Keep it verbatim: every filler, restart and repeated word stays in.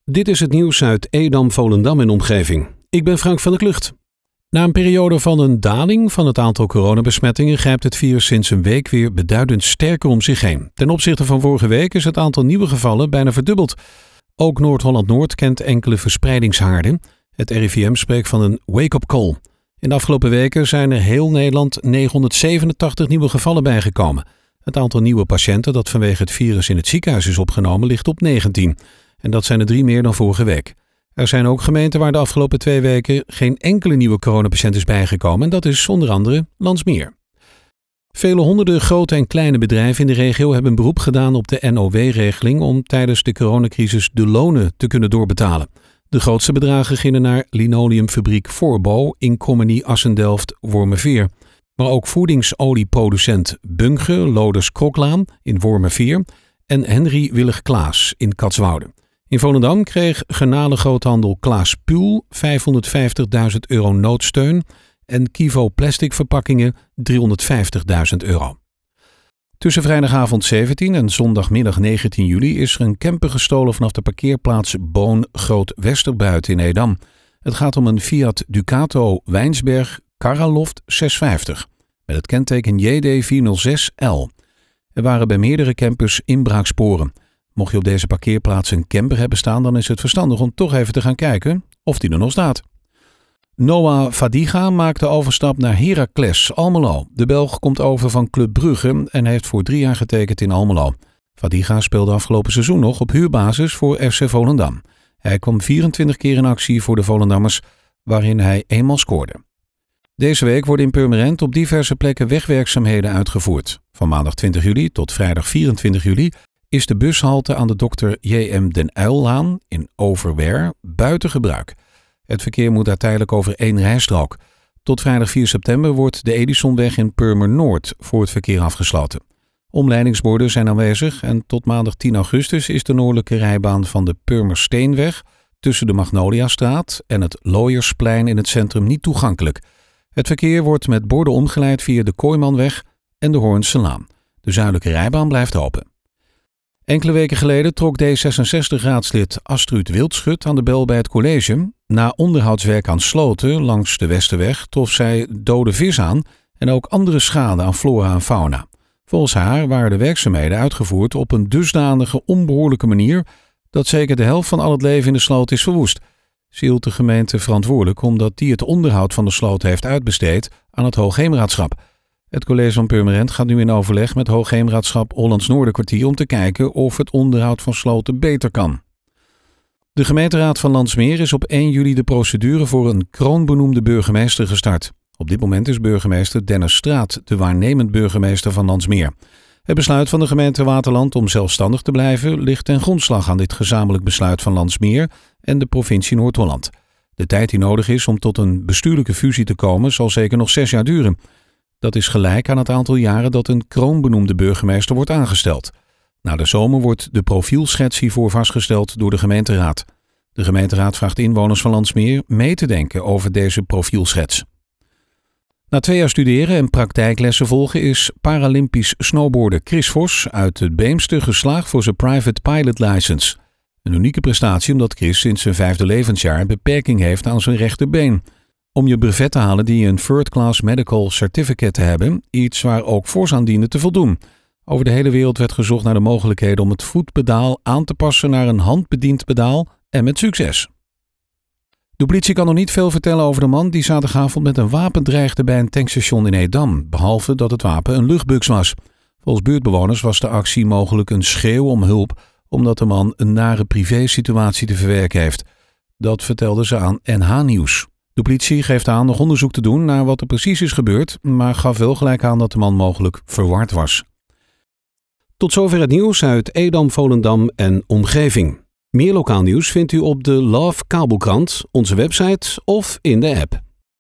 Dit is het nieuws uit Edam, Volendam en omgeving. Ik ben Frank van der Klucht. Na een periode van een daling van het aantal coronabesmettingen grijpt het virus sinds een week weer beduidend sterker om zich heen. Ten opzichte van vorige week is het aantal nieuwe gevallen bijna verdubbeld. Ook Noord-Holland-Noord kent enkele verspreidingshaarden. Het R I V M spreekt van een wake-up call. In de afgelopen weken zijn er heel Nederland negenhonderdzevenentachtig nieuwe gevallen bijgekomen. Het aantal nieuwe patiënten dat vanwege het virus in het ziekenhuis is opgenomen ligt op negentien. En dat zijn er drie meer dan vorige week. Er zijn ook gemeenten waar de afgelopen twee weken geen enkele nieuwe coronapatiënt is bijgekomen. En dat is onder andere Landsmeer. Vele honderden grote en kleine bedrijven in de regio hebben beroep gedaan op de N O W-regeling om tijdens de coronacrisis de lonen te kunnen doorbetalen. De grootste bedragen gingen naar linoleumfabriek Forbo in Krommenie, Assendelft, Wormerveer. Maar ook voedingsolieproducent Bunge, Loders Kroklaan in Wormerveer en Henry Willig Klaas in Katswoude. In Volendam kreeg garnalengroothandel Klaas Puul vijfhonderdvijftigduizend euro noodsteun en Kivo Plastic Verpakkingen driehonderdvijftigduizend euro. Tussen vrijdagavond zeventien en zondagmiddag negentien juli is er een camper gestolen vanaf de parkeerplaats Boon Groot Westerbuiten in Edam. Het gaat om een Fiat Ducato Wijnsberg Karaloft zeshonderdvijftig met het kenteken J D vierhonderdzes L. Er waren bij meerdere campers inbraaksporen. Mocht je op deze parkeerplaats een camper hebben staan, dan is het verstandig om toch even te gaan kijken of die er nog staat. Noah Fadiga maakt de overstap naar Heracles Almelo. De Belg komt over van Club Brugge en heeft voor drie jaar getekend in Almelo. Fadiga speelde afgelopen seizoen nog op huurbasis voor F C Volendam. Hij kwam vierentwintig keer in actie voor de Volendammers, waarin hij eenmaal scoorde. Deze week worden in Purmerend op diverse plekken wegwerkzaamheden uitgevoerd. Van maandag twintig juli tot vrijdag vierentwintig juli is de bushalte aan de dokter J M Den Uyl-laan in Overwer buiten gebruik. Het verkeer moet daar tijdelijk over één rijstrook. Tot vrijdag vier september wordt de Edisonweg in Purmer-Noord voor het verkeer afgesloten. Omleidingsborden zijn aanwezig en tot maandag tien augustus is de noordelijke rijbaan van de Purmersteenweg tussen de Magnoliastraat en het Looiersplein in het centrum niet toegankelijk. Het verkeer wordt met borden omgeleid via de Kooimanweg en de Hoornselaan. De zuidelijke rijbaan blijft open. Enkele weken geleden trok D zesenzestig-raadslid Astruud Wildschut aan de bel bij het college. Na onderhoudswerk aan sloten langs de Westerweg trof zij dode vis aan en ook andere schade aan flora en fauna. Volgens haar waren de werkzaamheden uitgevoerd op een dusdanige onbehoorlijke manier dat zeker de helft van al het leven in de sloot is verwoest. Ze hield de gemeente verantwoordelijk omdat die het onderhoud van de sloot heeft uitbesteed aan het Hoogheemraadschap. Het college van Purmerend gaat nu in overleg met Hoogheemraadschap Hollands Noorderkwartier om te kijken of het onderhoud van sloten beter kan. De gemeenteraad van Landsmeer is op één juli de procedure voor een kroonbenoemde burgemeester gestart. Op dit moment is burgemeester Dennis Straat de waarnemend burgemeester van Landsmeer. Het besluit van de gemeente Waterland om zelfstandig te blijven ligt ten grondslag aan dit gezamenlijk besluit van Landsmeer en de provincie Noord-Holland. De tijd die nodig is om tot een bestuurlijke fusie te komen zal zeker nog zes jaar duren. Dat is gelijk aan het aantal jaren dat een kroonbenoemde burgemeester wordt aangesteld. Na de zomer wordt de profielschets hiervoor vastgesteld door de gemeenteraad. De gemeenteraad vraagt inwoners van Landsmeer mee te denken over deze profielschets. Na twee jaar studeren en praktijklessen volgen is Paralympisch snowboarder Chris Vos uit het Beemster geslaagd voor zijn private pilot license. Een unieke prestatie omdat Chris sinds zijn vijfde levensjaar een beperking heeft aan zijn rechterbeen. Om je brevet te halen dien je een Third Class Medical Certificate te hebben, iets waar ook Vos aan diende te voldoen. Over de hele wereld werd gezocht naar de mogelijkheden om het voetpedaal aan te passen naar een handbediend pedaal en met succes. De politie kan nog niet veel vertellen over de man die zaterdagavond met een wapen dreigde bij een tankstation in Edam, behalve dat het wapen een luchtbuks was. Volgens buurtbewoners was de actie mogelijk een schreeuw om hulp, omdat de man een nare privésituatie te verwerken heeft. Dat vertelden ze aan N H Nieuws. De politie geeft aan nog onderzoek te doen naar wat er precies is gebeurd, maar gaf wel gelijk aan dat de man mogelijk verward was. Tot zover het nieuws uit Edam, Volendam en omgeving. Meer lokaal nieuws vindt u op de Love Kabelkrant, onze website of in de app.